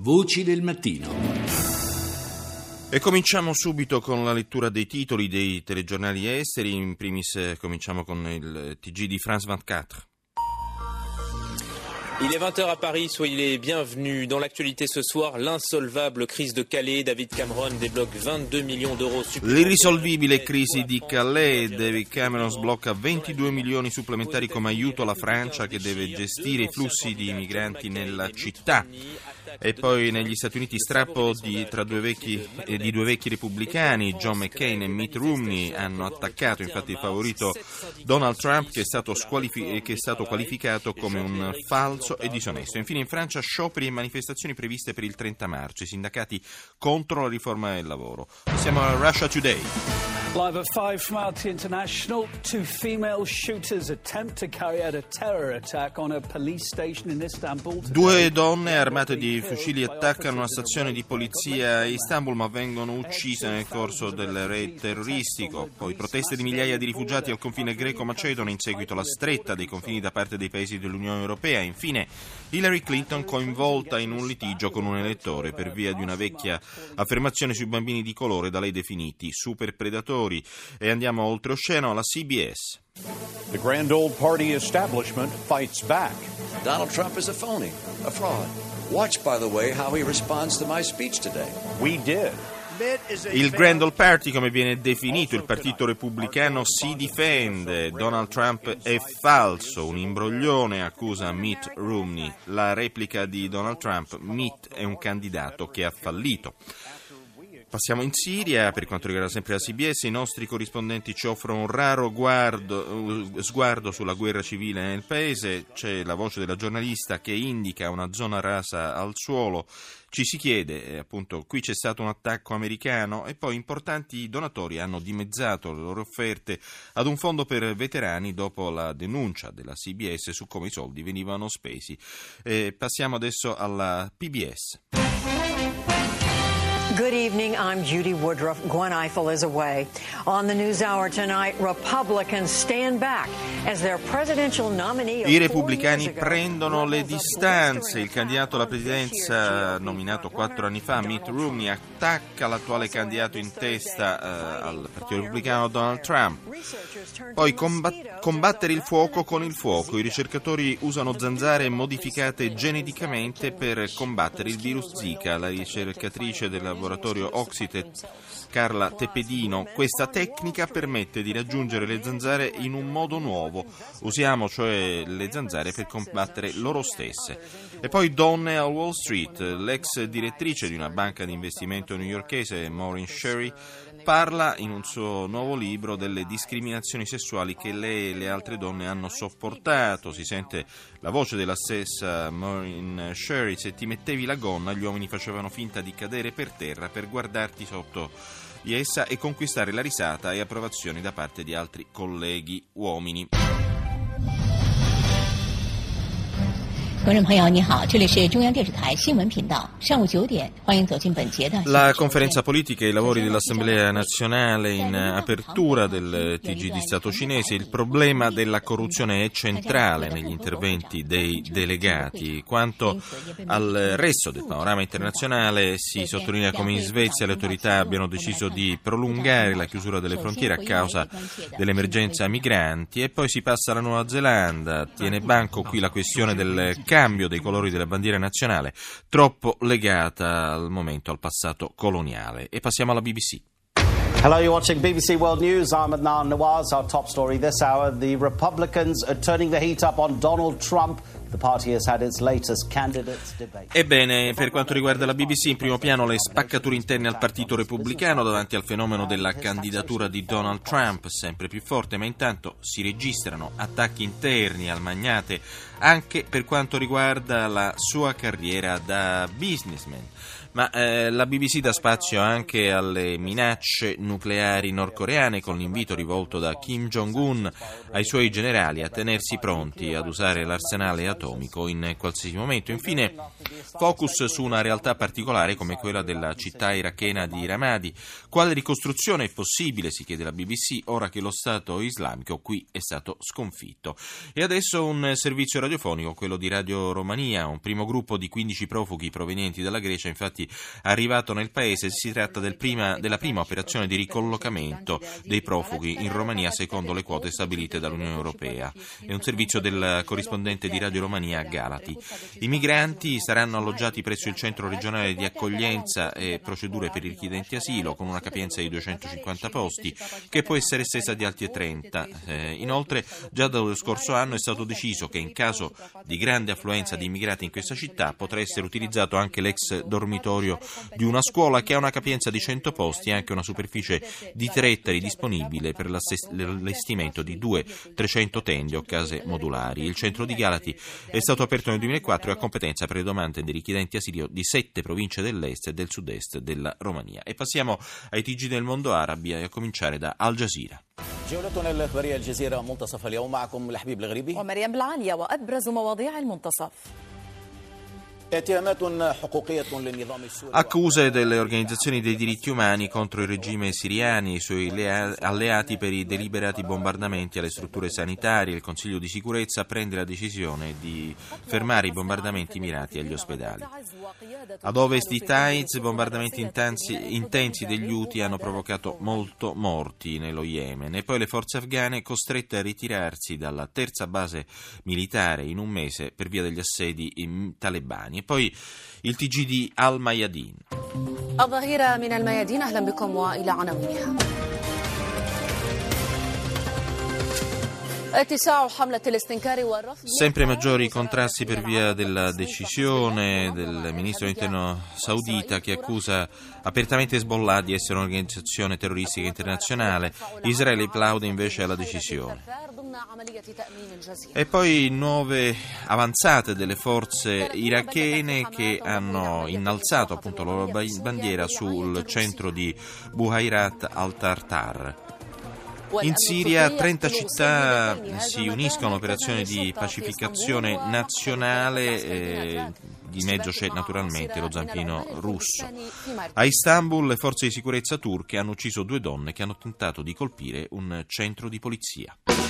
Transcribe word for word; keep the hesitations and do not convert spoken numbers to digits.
Voci del mattino. E cominciamo subito con la lettura dei titoli dei telegiornali esteri. In primis eh, cominciamo con il T G di France ventiquattro. Il est vingt heures à Paris, soyez les bienvenus. Dans l'actualité ce soir, l'insolvable crise de Calais. David Cameron débloque ventidue millions d'euros supplémentaires. L'irrisolvibile crisi di Calais. David Cameron sblocca ventidue milioni supplementari come aiuto alla Francia che deve gestire i flussi di migranti nella città. E poi negli Stati Uniti strappo di, tra due vecchi, eh, di due vecchi repubblicani, John McCain e Mitt Romney, hanno attaccato infatti il favorito Donald Trump che è stato, squalifi- che è stato qualificato come un falso e disonesto. Infine in Francia scioperi e manifestazioni previste per il trenta marzo, i sindacati contro la riforma del lavoro. Siamo a Russia Today. Live at five from R T International, two female shooters attempt to carry out a terror attack on a police station in Istanbul. Due donne armate di fucili attaccano una stazione di polizia a Istanbul ma vengono uccise nel corso del raid terroristico. Poi proteste di migliaia di rifugiati al confine greco-macedone in seguito alla stretta dei confini da parte dei paesi dell'Unione Europea. Infine Hillary Clinton coinvolta in un litigio con un elettore per via di una vecchia affermazione sui bambini di colore da lei definiti superpredatori. E andiamo oltreoceano alla C B S. The grand old party establishment fights back. Donald Trump is a phony, a fraud. Watch, by the way, how he responds to my speech today. We did. Il Grand Old Party, come viene definito il partito repubblicano, si difende. Donald Trump è falso, un imbroglione, accusa Mitt Romney. La replica di Donald Trump: Mitt è un candidato che ha fallito. Passiamo in Siria. Per quanto riguarda sempre la C B S, i nostri corrispondenti ci offrono un raro guardo, sguardo sulla guerra civile nel paese. C'è la voce della giornalista che indica una zona rasa al suolo. Ci si chiede, appunto, qui c'è stato un attacco americano e poi importanti donatori hanno dimezzato le loro offerte ad un fondo per veterani dopo la denuncia della C B S su come i soldi venivano spesi. Eh, passiamo adesso alla P B S. Good evening, I'm Judy Woodruff. Gwen Ifill is away. On the NewsHour tonight, Republicans stand back as their presidential nominee. I repubblicani prendono le distanze. Il candidato alla presidenza nominato quattro anni fa, Mitt Romney, attacca l'attuale candidato in testa eh, al Partito Repubblicano, Donald Trump. Poi combat- combattere il fuoco con il fuoco. I ricercatori usano zanzare modificate geneticamente per combattere il virus Zika. La ricercatrice del laboratorio Oxitec, Carla Tepedino, questa tecnica permette di raggiungere le zanzare in un modo nuovo. Usiamo cioè le zanzare per combattere loro stesse. E poi donne a Wall Street. L'ex direttrice di una banca di investimento newyorkese, Maureen Sherry, parla in un suo nuovo libro delle discriminazioni sessuali che lei e le altre donne hanno sopportato. Si sente la voce della stessa Maureen Sherry: se ti mettevi la gonna gli uomini facevano finta di cadere per terra per guardarti sotto di essa e conquistare la risata e approvazione da parte di altri colleghi uomini. 观众朋友你好，这里是中央电视台新闻频道，上午九点，欢迎走进本节的 La conferenza politica e i lavori dell'Assemblea nazionale in apertura del T G di Stato cinese. Il problema della corruzione è centrale negli interventi dei delegati. Quanto al resto del panorama internazionale, si sottolinea come in Svezia le autorità abbiano deciso di prolungare la chiusura delle frontiere a causa dell'emergenza migranti, e poi si passa alla Nuova Zelanda. Tiene banco qui la questione del cambio dei colori della bandiera nazionale, troppo legata al momento al passato coloniale. E passiamo alla B B C. Hello, you're watching B B C World News. I'm Adnan Nawaz. Our top story this hour: the Republicans are turning the heat up on Donald Trump. The party has had its latest candidates debate. Ebbene, per quanto riguarda la B B C, in primo piano le spaccature interne al Partito Repubblicano davanti al fenomeno della candidatura di Donald Trump, sempre più forte, ma intanto si registrano attacchi interni al magnate anche per quanto riguarda la sua carriera da businessman. Ma eh, la B B C dà spazio anche alle minacce nucleari nordcoreane, con l'invito rivolto da Kim Jong-un ai suoi generali a tenersi pronti ad usare l'arsenale atomico atomico in qualsiasi momento. Infine, focus su una realtà particolare come quella della città irachena di Ramadi. Quale ricostruzione è possibile, si chiede la B B C, ora che lo Stato islamico qui è stato sconfitto. E adesso un servizio radiofonico, quello di Radio Romania. Un primo gruppo di quindici profughi provenienti dalla Grecia, infatti, è arrivato nel paese. Si tratta del prima, della prima operazione di ricollocamento dei profughi in Romania secondo le quote stabilite dall'Unione Europea. È un servizio del corrispondente di Radio Romania a Galati. I migranti saranno alloggiati presso il centro regionale di accoglienza e procedure per i richiedenti asilo, con una capienza di duecentocinquanta posti, che può essere estesa di altri trenta. Eh, inoltre, già dallo scorso anno è stato deciso che in caso di grande affluenza di immigrati in questa città potrà essere utilizzato anche l'ex dormitorio di una scuola che ha una capienza di cento posti e anche una superficie di tre ettari disponibile per l'allestimento di due trecento tende o case modulari. Il centro di Galati è stato aperto nel duemilaquattro e ha competenza per le domande dei richiedenti asilo di sette province dell'est e del sud-est della Romania. E passiamo ai T G del mondo arabi, a cominciare da Al Jazeera. جولتنا الإخبارية الجزيرة منتصف اليوم معكم لحبيب الغريبي ومريم العالية وأبرز مواضيع المنتصف. Accuse delle organizzazioni dei diritti umani contro il regime siriano e i suoi alleati per i deliberati bombardamenti alle strutture sanitarie. Il Consiglio di sicurezza prende la decisione di fermare i bombardamenti mirati agli ospedali. Ad ovest di Taiz, bombardamenti intensi, intensi degli Houthi hanno provocato molto morti nello Yemen, e poi le forze afghane costrette a ritirarsi dalla terza base militare in un mese per via degli assedi talebani. E poi il T G di Al Mayadin. الظهيرة من الميادين أهلا بكم وإلى عناوينها. Sempre maggiori contrasti per via della decisione del ministro dell'interno saudita, che accusa apertamente Hezbollah di essere un'organizzazione terroristica internazionale. Israele plaude invece alla decisione. E poi nuove avanzate delle forze irachene che hanno innalzato appunto la loro bandiera sul centro di Buhayrat al-Tartar. In Siria trenta città si uniscono all'operazione di pacificazione nazionale, eh, di mezzo c'è naturalmente lo zampino russo. A Istanbul le forze di sicurezza turche hanno ucciso due donne che hanno tentato di colpire un centro di polizia.